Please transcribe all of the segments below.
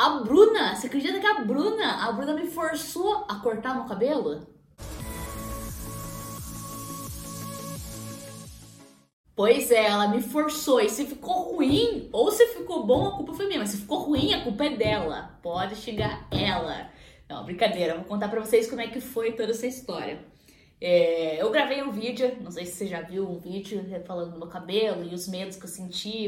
A Bruna, você acredita que a Bruna me forçou a cortar meu cabelo? Pois é, ela me forçou. E se ficou ruim, ou se ficou bom, a culpa foi minha. Mas se ficou ruim, a culpa é dela. Pode xingar ela. Não, brincadeira. Vou contar pra vocês como é que foi toda essa história. Eu gravei um vídeo, não sei se você já viu um vídeo falando do meu cabelo e os medos que eu senti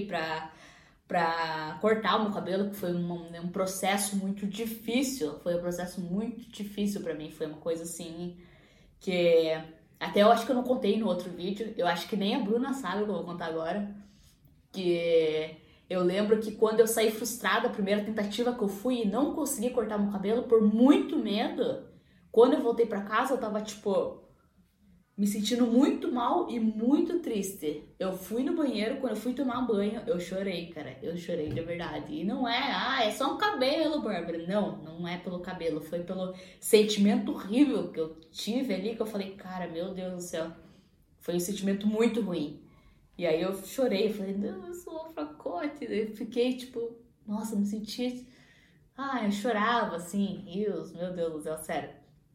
pra cortar o meu cabelo, que foi um processo muito difícil. Foi um processo muito difícil pra mim. Foi uma coisa assim que até eu acho que eu não contei no outro vídeo. Eu acho que nem a Bruna sabe o que eu vou contar agora. Que eu lembro que quando eu saí frustrada, a primeira tentativa que eu fui e não consegui cortar meu cabelo por muito medo, quando eu voltei pra casa eu tava tipo me sentindo muito mal e muito triste. Eu fui no banheiro, quando eu fui tomar banho, eu chorei, cara. Eu chorei de verdade. E não é só um cabelo, Bárbara. Não, não é pelo cabelo. Foi pelo sentimento horrível que eu tive ali, que eu falei, cara, meu Deus do céu. Foi um sentimento muito ruim. E aí eu chorei, eu falei, não, eu sou uma fracote. Eu fiquei, tipo, nossa, me senti... eu chorava, assim, rios, meu Deus do céu, sério.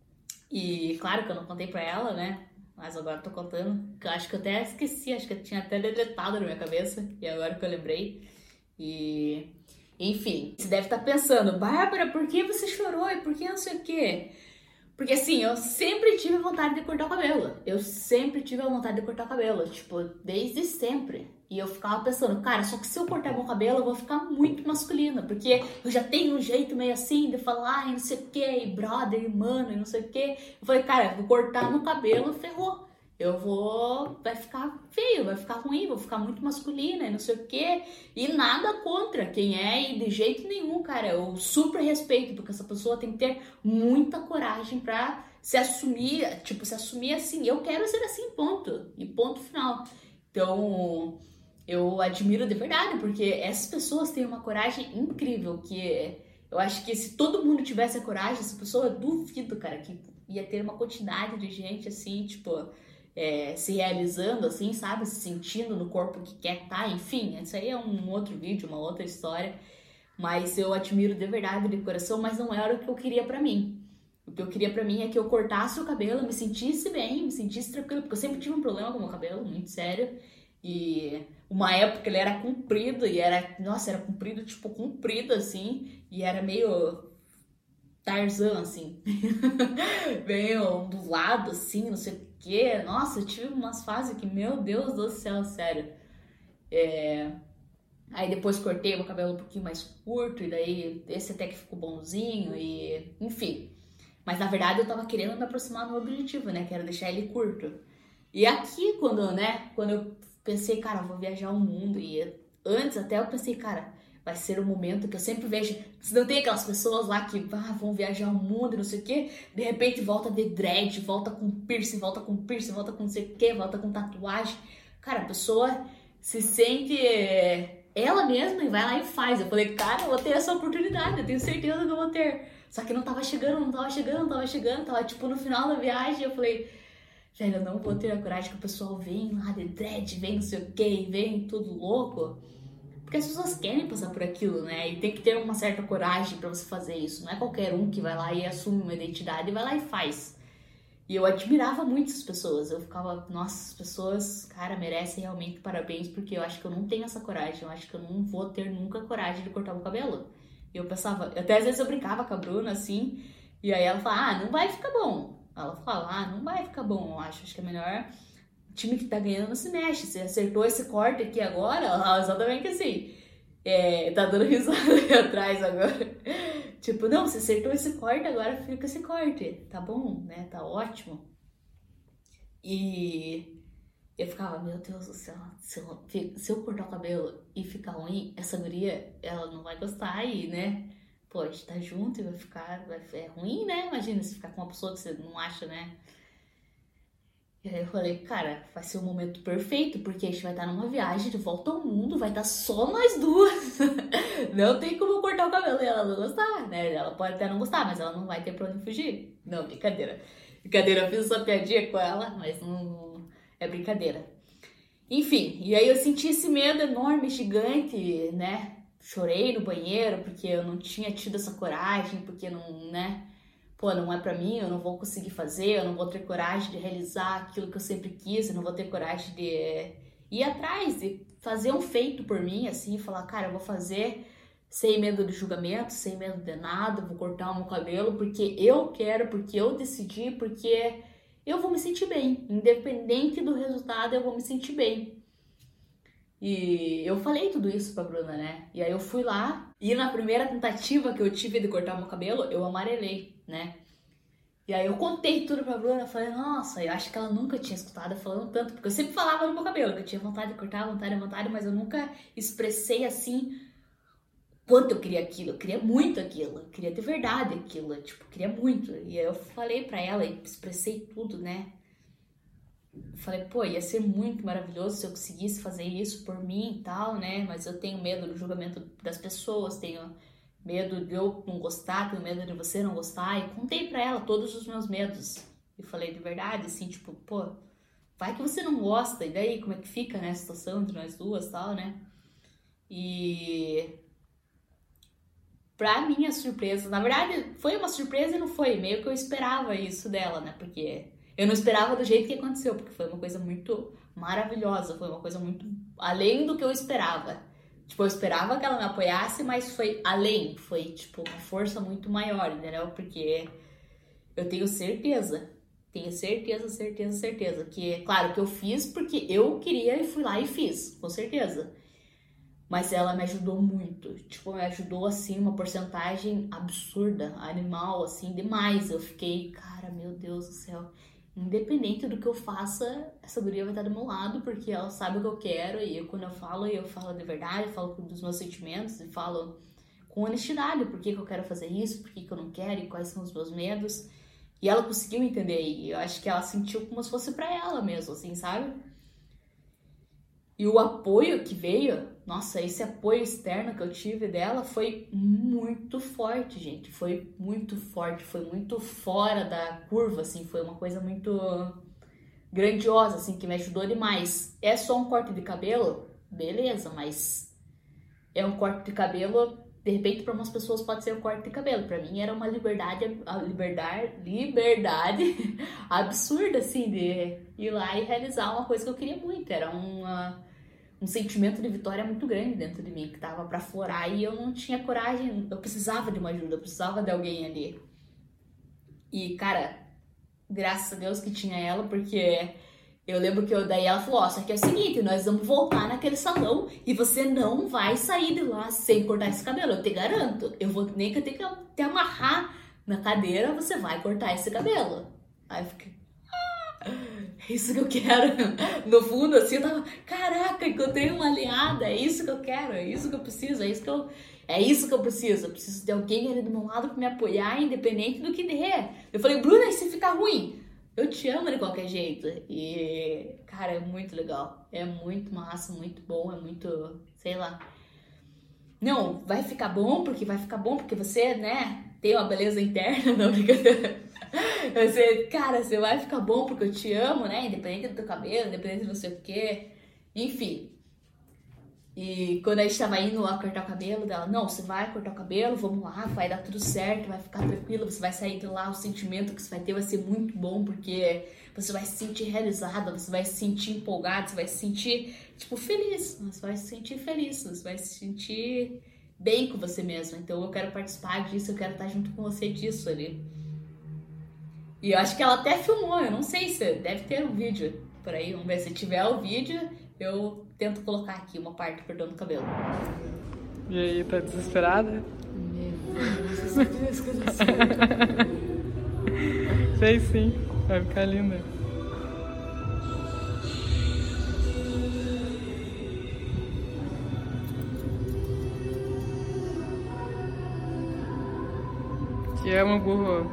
E claro que eu não contei pra ela, né? Mas agora eu tô contando, que eu acho que eu até esqueci, acho que eu tinha até deletado na minha cabeça, e agora que eu lembrei. E, enfim, você deve estar pensando, Bárbara, por que você chorou e por que não sei o quê? Porque assim, eu sempre tive vontade de cortar o cabelo. Eu sempre tive a vontade de cortar o cabelo, tipo, desde sempre. E eu ficava pensando, cara, só que se eu cortar meu cabelo, eu vou ficar muito masculina. Porque eu já tenho um jeito meio assim de falar, e não sei o que, e brother, e mano, e não sei o que. Eu falei, cara, vou cortar meu cabelo, ferrou. Vai ficar feio, vai ficar ruim, vou ficar muito masculina e não sei o que. E nada contra quem é, e de jeito nenhum, cara. Eu super respeito, porque essa pessoa tem que ter muita coragem pra se assumir, tipo, se assumir assim. Eu quero ser assim, ponto. E ponto final. Então, eu admiro de verdade, porque essas pessoas têm uma coragem incrível, que eu acho que se todo mundo tivesse a coragem, essa pessoa, eu duvido, cara, que ia ter uma quantidade de gente assim, tipo... se realizando, assim, sabe? Se sentindo no corpo que quer estar, enfim, isso aí é um outro vídeo, uma outra história, mas eu admiro de verdade, de coração, mas não era o que eu queria pra mim. O que eu queria pra mim é que eu cortasse o cabelo, me sentisse bem, me sentisse tranquilo, porque eu sempre tive um problema com o meu cabelo, muito sério, e uma época ele era comprido, e era comprido, tipo, comprido, assim, e era meio... Tarzan, assim, bem ondulado, assim, não sei o que. Nossa, eu tive umas fases que, meu Deus do céu, sério. Aí depois cortei o cabelo um pouquinho mais curto, e daí esse até que ficou bonzinho, e enfim. Mas na verdade eu tava querendo me aproximar do meu objetivo, né, que era deixar ele curto. E aqui, quando eu pensei, cara, eu vou viajar o mundo, e antes até eu pensei, cara, vai ser o momento que eu sempre vejo. Se não tem aquelas pessoas lá que vão viajar o mundo e não sei o que, de repente volta de dread, volta com piercing, volta com piercing, volta com não sei o que, volta com tatuagem. Cara, a pessoa se sente ela mesma e vai lá e faz. Eu falei, cara, eu vou ter essa oportunidade, eu tenho certeza que eu vou ter. Só que não tava chegando, tava tipo no final da viagem. Eu falei, velho, eu não vou ter a coragem que o pessoal vem lá de dread, vem não sei o que, vem tudo louco. Porque as pessoas querem passar por aquilo, né? E tem que ter uma certa coragem pra você fazer isso. Não é qualquer um que vai lá e assume uma identidade e vai lá e faz. E eu admirava muito essas pessoas. Eu ficava, nossa, as pessoas, cara, merecem realmente parabéns, porque eu acho que eu não tenho essa coragem. Eu acho que eu não vou ter nunca coragem de cortar o cabelo. E eu pensava, até às vezes eu brincava com a Bruna, assim, e aí ela falava, não vai ficar bom. Ela falava, não vai ficar bom, eu acho que é melhor... O time que tá ganhando não se mexe. Você acertou esse corte aqui agora, exatamente assim. Tá dando risada aí atrás agora. Tipo, não, você acertou esse corte, agora fica com esse corte. Tá bom, né? Tá ótimo. E eu ficava, meu Deus do céu, se eu cortar o cabelo e ficar ruim, essa guria, ela não vai gostar e, né? Pô, a gente tá junto e é ruim, né? Imagina se ficar com uma pessoa que você não acha, né? E aí eu falei, cara, vai ser o momento perfeito, porque a gente vai estar numa viagem de volta ao mundo, vai estar só nós duas. Não tem como cortar o cabelo e ela não gostar, né? Ela pode até não gostar, mas ela não vai ter pra onde fugir. Não, brincadeira. Brincadeira, eu fiz essa piadinha com ela, mas não é brincadeira. Enfim, e aí eu senti esse medo enorme, gigante, né? chorei no banheiro porque eu não tinha tido essa coragem, porque não, né? Pô, não é pra mim, eu não vou conseguir fazer, eu não vou ter coragem de realizar aquilo que eu sempre quis, eu não vou ter coragem de ir atrás, de fazer um feito por mim, assim, falar, cara, eu vou fazer sem medo de julgamento, sem medo de nada, vou cortar o meu cabelo porque eu quero, porque eu decidi, porque eu vou me sentir bem. Independente do resultado, eu vou me sentir bem. E eu falei tudo isso pra Bruna, né? E aí eu fui lá e na primeira tentativa que eu tive de cortar meu cabelo, eu amarelei, né? E aí eu contei tudo pra Bruna, falei, nossa, eu acho que ela nunca tinha escutado eu falando tanto, porque eu sempre falava no meu cabelo, que eu tinha vontade de cortar, vontade, mas eu nunca expressei assim quanto eu queria aquilo, eu queria muito aquilo, eu queria de verdade aquilo, tipo, eu queria muito. E aí eu falei pra ela e expressei tudo, né? Falei, pô, ia ser muito maravilhoso se eu conseguisse fazer isso por mim e tal, né? Mas eu tenho medo do julgamento das pessoas, tenho medo de eu não gostar, tenho medo de você não gostar. E contei pra ela todos os meus medos. E falei de verdade, assim, tipo, pô, vai que você não gosta, e daí como é que fica, né, a situação entre nós duas e tal, né? E pra minha surpresa, na verdade foi uma surpresa e não foi, meio que eu esperava isso dela, né? Porque eu não esperava do jeito que aconteceu, porque foi uma coisa muito maravilhosa, foi uma coisa muito além do que eu esperava. Tipo, eu esperava que ela me apoiasse, mas foi além, foi tipo uma força muito maior, entendeu? Porque eu tenho certeza que, claro, que eu fiz porque eu queria e fui lá e fiz, com certeza. Mas ela me ajudou muito, tipo, me ajudou, assim, uma porcentagem absurda, animal, assim, demais. Eu fiquei, cara, meu Deus do céu, independente do que eu faça, essa guria vai estar do meu lado, porque ela sabe o que eu quero, e quando eu falo de verdade, eu falo dos meus sentimentos, e falo com honestidade, por que eu quero fazer isso, por que eu não quero, e quais são os meus medos. E ela conseguiu entender, e eu acho que ela sentiu como se fosse pra ela mesmo, assim, sabe? E o apoio que veio, nossa, esse apoio externo que eu tive dela foi muito forte, gente. Foi muito forte, foi muito fora da curva, assim. Foi uma coisa muito grandiosa, assim, que me ajudou demais. É só um corte de cabelo? Beleza, mas é um corte de cabelo, de repente para umas pessoas pode ser um corte de cabelo. Para mim era uma liberdade absurda, assim, de ir lá e realizar uma coisa que eu queria muito. Era um sentimento de vitória muito grande dentro de mim, que tava pra florar e eu não tinha coragem, eu precisava de uma ajuda, eu precisava de alguém ali. E, cara, graças a Deus que tinha ela, porque eu lembro que daí ela falou, ó, só que é o seguinte, nós vamos voltar naquele salão e você não vai sair de lá sem cortar esse cabelo, eu te garanto. Eu vou nem que eu tenho que te amarrar na cadeira, você vai cortar esse cabelo. Aí eu fiquei, é isso que eu quero. No fundo, assim, eu tava, caraca, encontrei uma aliada, é isso que eu quero, é isso que eu preciso, é isso que eu preciso. Eu preciso de alguém ali do meu lado pra me apoiar, independente do que der. Eu falei, Bruna, e se ficar ruim? Eu te amo de qualquer jeito. E, cara, é muito legal. É muito massa, muito bom, é muito, sei lá. Não, vai ficar bom porque você, né, tem uma beleza interna, não, brincadeira. Você, cara, você vai ficar bom porque eu te amo, né? Independente do teu cabelo, independente de não sei o quê. Enfim. E quando a gente tava indo lá cortar o cabelo dela, não, você vai cortar o cabelo, vamos lá, vai dar tudo certo, vai ficar tranquilo, você vai sair de lá, o sentimento que você vai ter vai ser muito bom, porque você vai se sentir realizada, você vai se sentir empolgada, você vai se sentir, tipo, feliz, você vai se sentir feliz, você vai se sentir bem com você mesma. Então eu quero participar disso, eu quero estar junto com você disso ali. E eu acho que ela até filmou, eu não sei se deve ter um vídeo por aí, vamos ver se tiver o vídeo, eu tento colocar aqui uma parte cortando o cabelo. E aí, tá desesperada? Meu Deus, que eu Sei sim, vai ficar linda. Te amo, burro.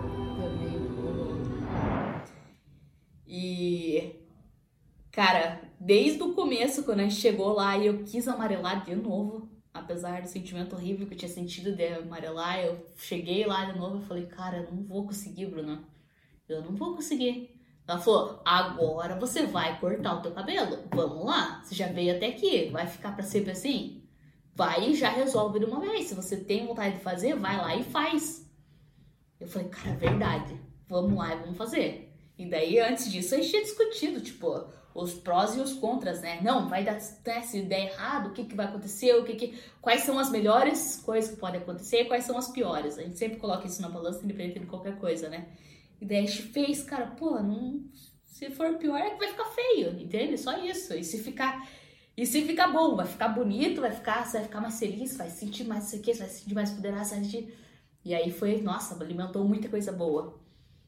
E, cara, desde o começo, quando a gente chegou lá e eu quis amarelar de novo, apesar do sentimento horrível que eu tinha sentido de amarelar, eu cheguei lá de novo e falei, cara, eu não vou conseguir, Bruna. Eu não vou conseguir. Ela falou, agora você vai cortar o teu cabelo. Vamos lá, você já veio até aqui, vai ficar pra sempre assim? vai e já resolve de uma vez. Se você tem vontade de fazer, vai lá e faz. Eu falei, cara, verdade. Vamos lá e vamos fazer. E daí, antes disso, a gente tinha discutido, tipo, os prós e os contras, né? Não, vai dar, né, se der errado, o que vai acontecer, quais são as melhores coisas que podem acontecer e quais são as piores. A gente sempre coloca isso na balança, independente de qualquer coisa, né? E daí a gente fez, cara, pô, não, se for pior é que vai ficar feio, entende? Só isso. E se ficar bom, vai ficar bonito, você vai ficar mais feliz, vai sentir mais isso aqui, você vai se sentir mais poderosa, vai sentir... E aí foi, nossa, alimentou muita coisa boa.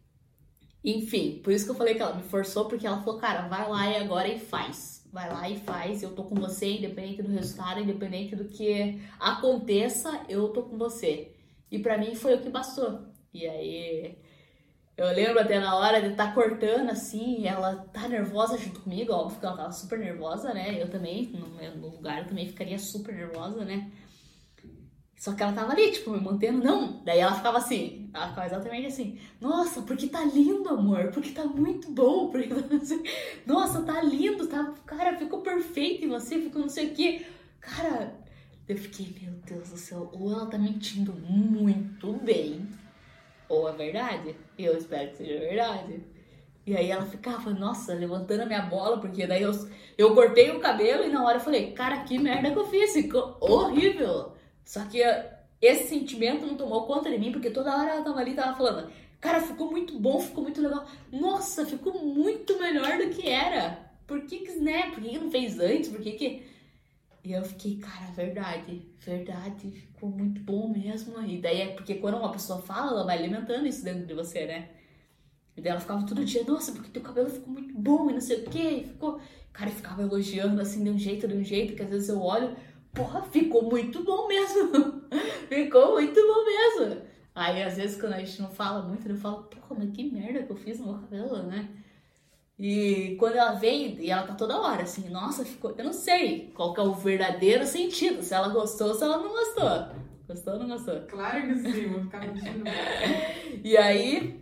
Enfim, por isso que eu falei que ela me forçou, porque ela falou, cara, vai lá e agora e faz. Vai lá e faz, eu tô com você, independente do resultado, independente do que aconteça, eu tô com você. E pra mim foi o que bastou. E aí, eu lembro até na hora de estar cortando, assim, ela tá nervosa junto comigo, óbvio que ela tava super nervosa, né? Eu também, no lugar, eu também ficaria super nervosa, né? Só que ela tava ali, tipo, me mantendo, não. Daí ela ficava assim, ela ficava exatamente assim, nossa, porque tá lindo, amor, porque tá muito bom, porque tá assim, nossa, tá lindo, tá, cara, ficou perfeito em você, ficou não sei o quê. Cara, eu fiquei, meu Deus do céu, ou ela tá mentindo muito bem, ou é verdade. E eu espero que seja verdade. E aí ela ficava, nossa, levantando a minha bola, porque daí eu cortei o cabelo e na hora eu falei, cara, que merda que eu fiz, ficou horrível. Só que esse sentimento não tomou conta de mim, porque toda hora ela tava ali, tava falando, cara, ficou muito bom, ficou muito legal. Nossa, ficou muito melhor do que era. Por que né? Por que não fez antes? Por que... E eu fiquei, cara, verdade, ficou muito bom mesmo. E daí é porque quando uma pessoa fala, ela vai alimentando isso dentro de você, né? E daí ela ficava todo dia, nossa, porque teu cabelo ficou muito bom e não sei o quê. Ficou... Cara, ficava elogiando assim de um jeito, que às vezes eu olho, porra, ficou muito bom mesmo. Ficou muito bom mesmo. Aí, às vezes, quando a gente não fala muito, eu falo, porra, mas que merda que eu fiz no meu cabelo, né? E quando ela vem, e ela tá toda hora, assim, nossa, ficou... Eu não sei qual que é o verdadeiro sentido, se ela gostou ou se ela não gostou. Gostou ou não gostou? Claro que sim, vou ficar mentindo. E aí,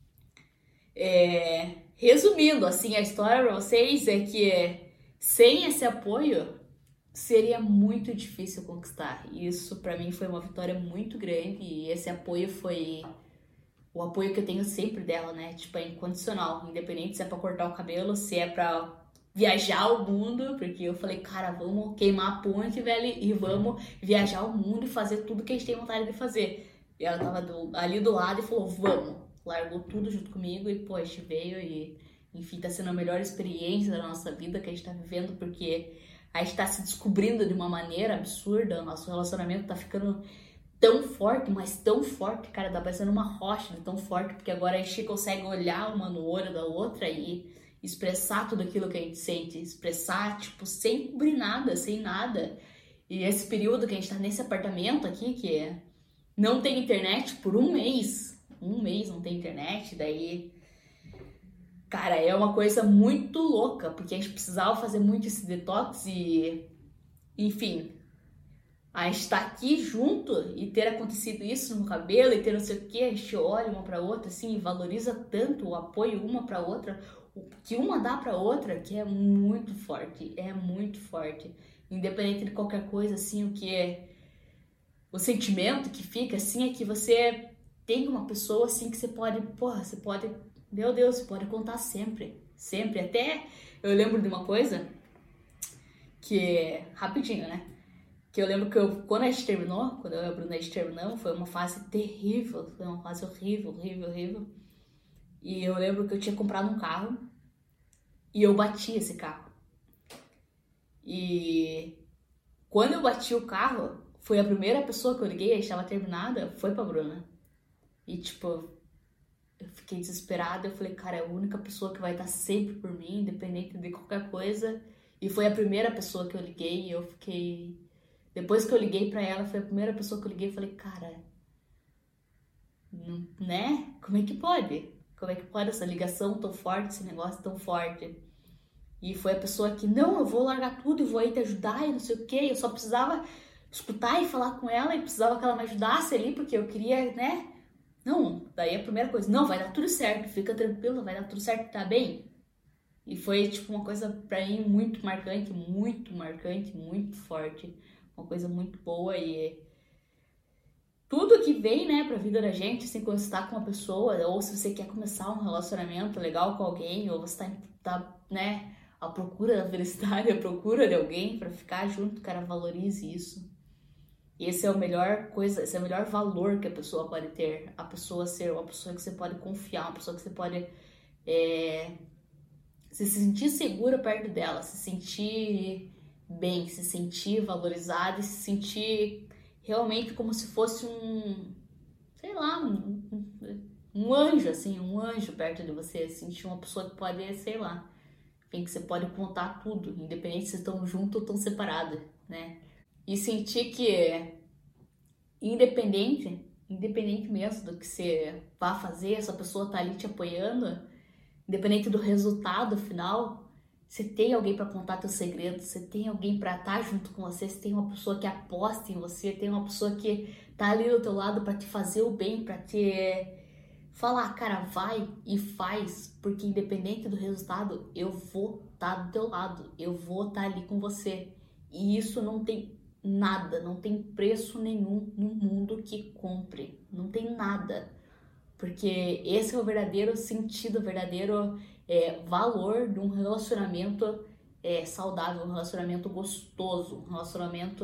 resumindo, assim, a história pra vocês é que sem esse apoio seria muito difícil conquistar. Isso pra mim foi uma vitória muito grande e esse apoio foi o apoio que eu tenho sempre dela, né? Tipo, é incondicional, independente se é pra cortar o cabelo, se é pra viajar o mundo, porque eu falei, cara, vamos queimar a ponte, velho, e vamos viajar o mundo e fazer tudo que a gente tem vontade de fazer. E ela tava ali do lado e falou, vamos. Largou tudo junto comigo e, pô, a gente veio e, enfim, tá sendo a melhor experiência da nossa vida que a gente tá vivendo, porque a gente tá se descobrindo de uma maneira absurda, nosso relacionamento tá ficando tão forte, mas tão forte, cara, tá parecendo uma rocha de tão forte, porque agora a gente consegue olhar uma no olho da outra e expressar tudo aquilo que a gente sente, expressar, tipo, sem cobrir nada, sem nada. E esse período que a gente tá nesse apartamento aqui, que não tem internet por um mês não tem internet, daí... Cara, é uma coisa muito louca, porque a gente precisava fazer muito esse detox e, enfim, a gente tá aqui junto e ter acontecido isso no cabelo e ter não sei o que, a gente olha uma pra outra, assim, e valoriza tanto o apoio uma pra outra, o que uma dá pra outra, que é muito forte, independente de qualquer coisa, assim, o que é, o sentimento que fica, assim, é que você tem uma pessoa, assim, que você pode, meu Deus, você pode contar sempre. Sempre. Até eu lembro de uma coisa que... Rapidinho, né? Que eu lembro que quando a gente terminou, quando eu e a Bruna a gente terminamos, foi uma fase terrível. Foi uma fase horrível. E eu lembro que eu tinha comprado um carro e eu bati esse carro. E quando eu bati o carro, foi a primeira pessoa que eu liguei, a gente tava terminada, foi pra Bruna. E tipo... Eu fiquei desesperada, eu falei, cara, é a única pessoa que vai estar sempre por mim, independente de qualquer coisa. E foi a primeira pessoa que eu liguei e eu fiquei... Depois que eu liguei pra ela, foi a primeira pessoa que eu liguei e falei, cara... Não, né? Como é que pode? Como é que pode essa ligação tão forte, esse negócio tão forte? E foi a pessoa que, não, eu vou largar tudo e vou aí te ajudar e não sei o quê. Eu só precisava escutar e falar com ela e precisava que ela me ajudasse ali, porque eu queria, né... Não, daí a primeira coisa, não, vai dar tudo certo, fica tranquila, vai dar tudo certo, tá bem? E foi, tipo, uma coisa pra mim muito marcante, muito forte. uma coisa muito boa e tudo que vem, né, pra vida da gente, assim, quando você tá com uma pessoa, ou se você quer começar um relacionamento legal com alguém, ou você tá né, à procura da felicidade, à procura de alguém pra ficar junto, cara, valorize isso. Esse é o melhor coisa, esse é o melhor valor que a pessoa pode ter. A pessoa ser uma pessoa que você pode confiar, uma pessoa que você pode se sentir segura perto dela, se sentir bem, se sentir valorizada e se sentir realmente como se fosse sei lá, um anjo, assim, um anjo perto de você, se sentir uma pessoa que pode, sei lá, enfim, que você pode contar tudo, independente se estão juntos ou estão separados, né? E sentir que, independente mesmo do que você vá fazer, essa pessoa tá ali te apoiando, independente do resultado final, você tem alguém para contar teus segredos, você tem alguém para estar junto com você, você tem uma pessoa que aposta em você, tem uma pessoa que tá ali do teu lado para te fazer o bem, para te falar, cara, vai e faz, porque independente do resultado, eu vou estar do teu lado, eu vou estar ali com você. E isso não tem nada, não tem preço nenhum no mundo que compre, não tem nada. Porque esse é o verdadeiro sentido, o verdadeiro valor de um relacionamento saudável, um relacionamento gostoso, um relacionamento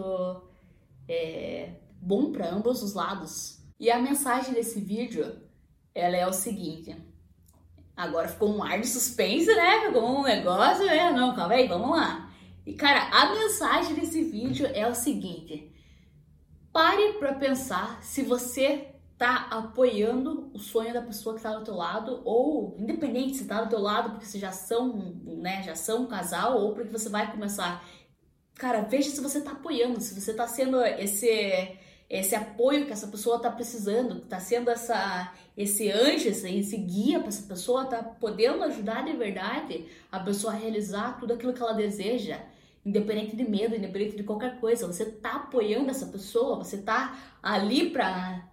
bom para ambos os lados. E a mensagem desse vídeo, ela é o seguinte. Agora ficou um ar de suspense, né? Ficou um negócio, né? Não, calma aí, vamos lá. E cara, a mensagem desse vídeo é o seguinte. Pare pra pensar se você tá apoiando o sonho da pessoa que tá do teu lado, ou independente se tá do teu lado porque vocês já são um casal, ou porque você vai começar. Cara, veja se você tá apoiando, se você tá sendo esse apoio que essa pessoa tá precisando, que tá sendo esse anjo, esse guia para essa pessoa, tá podendo ajudar de verdade a pessoa a realizar tudo aquilo que ela deseja. Independente de medo, independente de qualquer coisa, você tá apoiando essa pessoa, você tá ali pra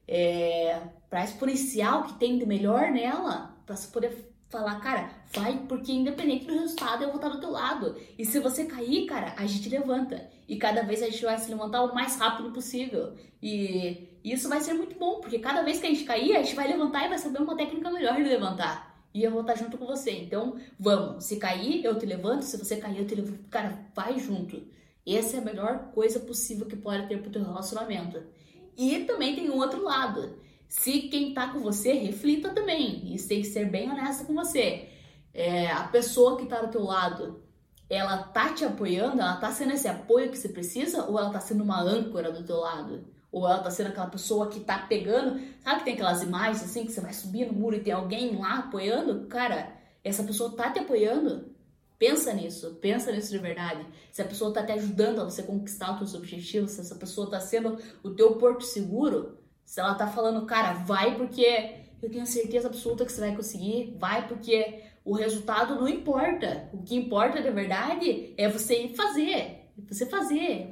exponenciar o que tem de melhor nela, pra você poder falar, cara, vai, porque independente do resultado, eu vou estar do teu lado. E se você cair, cara, a gente levanta. E cada vez a gente vai se levantar o mais rápido possível. E isso vai ser muito bom, porque cada vez que a gente cair, a gente vai levantar e vai saber uma técnica melhor de levantar. E eu vou estar junto com você. Então, vamos. Se cair, eu te levanto. Se você cair, eu te levanto. Cara, vai junto. Essa é a melhor coisa possível que pode ter pro teu relacionamento. E também tem um outro lado. Se quem tá com você, reflita também. Isso tem que ser bem honesta com você. A pessoa que tá do teu lado, ela tá te apoiando? Ela tá sendo esse apoio que você precisa? Ou ela tá sendo uma âncora do teu lado? Ou ela tá sendo aquela pessoa que tá pegando... Sabe que tem aquelas imagens assim, que você vai subir no muro e tem alguém lá apoiando? Cara, essa pessoa tá te apoiando? Pensa nisso de verdade. Se a pessoa tá te ajudando a você conquistar os seus objetivos, se essa pessoa tá sendo o teu porto seguro, se ela tá falando, cara, vai porque eu tenho certeza absoluta que você vai conseguir, vai porque o resultado não importa. O que importa de verdade é você fazer. Você fazer,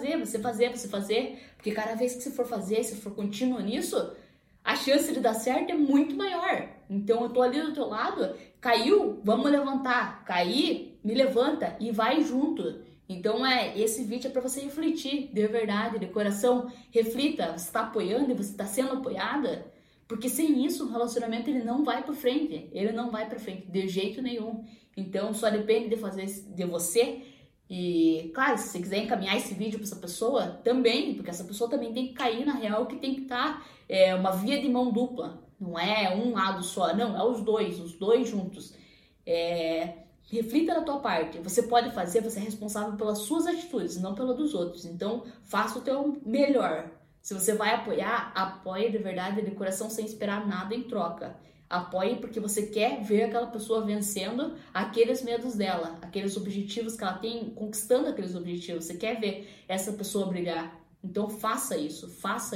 porque cada vez que você for fazer, se for contínuo nisso, a chance de dar certo é muito maior. Então eu tô ali do teu lado, caiu, vamos levantar, cair, me levanta e vai junto. Então esse vídeo é para você refletir, de verdade, de coração, reflita, você tá apoiando e você tá sendo apoiada, porque sem isso o relacionamento ele não vai para frente, de jeito nenhum. Então só depende de fazer de você. E, claro, se você quiser encaminhar esse vídeo para essa pessoa, também, porque essa pessoa também tem que cair na real, que tem que estar uma via de mão dupla. Não é um lado só, não, é os dois juntos. Reflita na tua parte. Você pode fazer, você é responsável pelas suas atitudes, não pela dos outros. Então, faça o teu melhor. Se você vai apoiar, apoie de verdade, de coração, sem esperar nada em troca. Apoie porque você quer ver aquela pessoa vencendo aqueles medos dela, aqueles objetivos que ela tem, conquistando aqueles objetivos. Você quer ver essa pessoa brilhar. Então faça isso.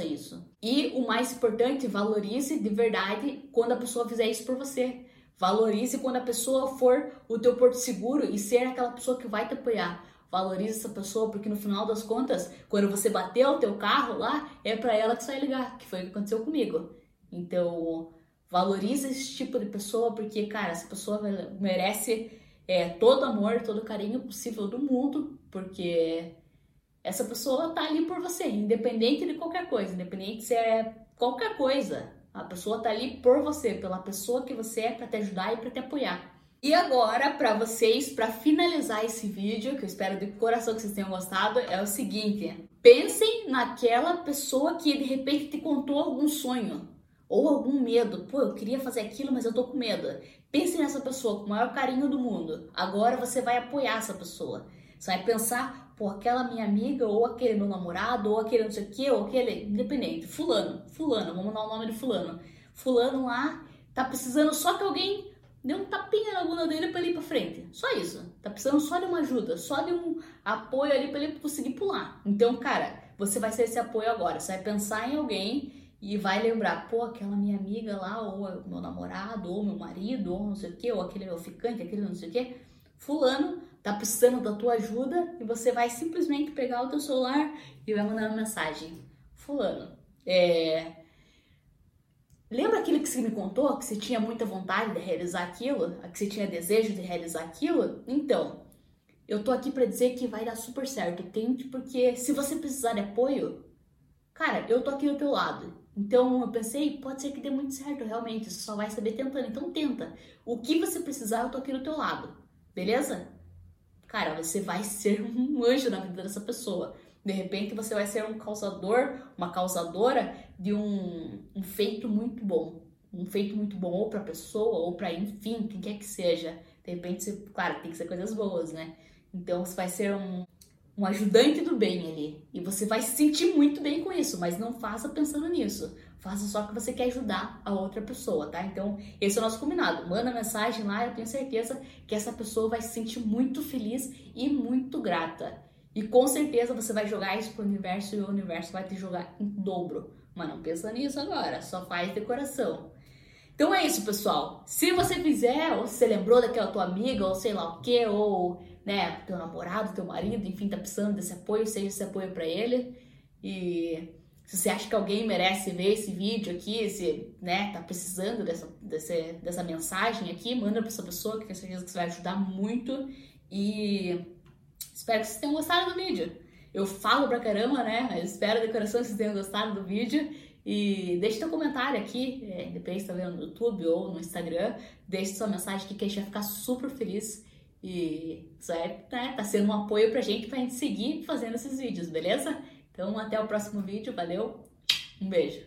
E o mais importante, valorize de verdade quando a pessoa fizer isso por você. Valorize quando a pessoa for o teu porto seguro e ser aquela pessoa que vai te apoiar. Valorize essa pessoa porque no final das contas, quando você bater o teu carro lá, é pra ela que você vai ligar, que foi o que aconteceu comigo. Então... valoriza esse tipo de pessoa, porque, cara, essa pessoa merece todo amor, todo carinho possível do mundo, porque essa pessoa tá ali por você, independente de qualquer coisa, independente se é qualquer coisa. A pessoa tá ali por você, pela pessoa que você é, para te ajudar e para te apoiar. E agora, para vocês, para finalizar esse vídeo, que eu espero de coração que vocês tenham gostado, é o seguinte: pensem naquela pessoa que de repente te contou algum sonho ou algum medo. Pô, eu queria fazer aquilo, mas eu tô com medo. Pense nessa pessoa com o maior carinho do mundo. Agora você vai apoiar essa pessoa. Você vai pensar, pô, aquela minha amiga, ou aquele meu namorado, ou aquele não sei o que, ou aquele, independente, fulano, vamos dar o nome de fulano. Fulano lá tá precisando só que alguém dê um tapinha na bunda dele pra ele ir pra frente. Só isso. Tá precisando só de uma ajuda, só de um apoio ali pra ele conseguir pular. Então, cara, você vai ser esse apoio agora. Você vai pensar em alguém e vai lembrar, pô, aquela minha amiga lá, ou meu namorado, ou meu marido, ou não sei o que, ou aquele meu ficante, aquele não sei o que. Fulano tá precisando da tua ajuda e você vai simplesmente pegar o teu celular e vai mandar uma mensagem. Fulano, lembra aquilo que você me contou, que você tinha muita vontade de realizar aquilo, que você tinha desejo de realizar aquilo? Então, eu tô aqui pra dizer que vai dar super certo, tente, porque se você precisar de apoio, cara, eu tô aqui do teu lado. Então eu pensei, pode ser que dê muito certo, realmente, você só vai saber tentando, então tenta. O que você precisar, eu tô aqui do teu lado, beleza? Cara, você vai ser um anjo na vida dessa pessoa. De repente você vai ser um causador, uma causadora de um feito muito bom. Um feito muito bom ou pra pessoa, ou pra, enfim, quem quer que seja. De repente, você, claro, tem que ser coisas boas, né? Então você vai ser um ajudante do bem ali. E você vai se sentir muito bem com isso, mas não faça pensando nisso. Faça só que você quer ajudar a outra pessoa, tá? Então, esse é o nosso combinado. Manda mensagem lá, eu tenho certeza que essa pessoa vai se sentir muito feliz e muito grata. E com certeza você vai jogar isso pro universo e o universo vai te jogar em dobro. Mas não pensa nisso agora, só faz de coração. Então é isso, pessoal. Se você fizer, ou se você lembrou daquela tua amiga, ou sei lá o que, ou, né, teu namorado, teu marido, enfim, tá precisando desse apoio, seja esse apoio pra ele. E se você acha que alguém merece ver esse vídeo aqui, se, né, tá precisando dessa mensagem aqui, manda pra essa pessoa, que tenho certeza que você vai ajudar muito. E espero que vocês tenham gostado do vídeo. Eu falo pra caramba, né? Eu espero de coração que vocês tenham gostado do vídeo. E deixe teu comentário aqui, independente se tá vendo no YouTube ou no Instagram. Deixe sua mensagem aqui que a gente vai ficar super feliz. E isso tá sendo um apoio pra gente seguir fazendo esses vídeos, beleza? Então até o próximo vídeo, valeu, um beijo!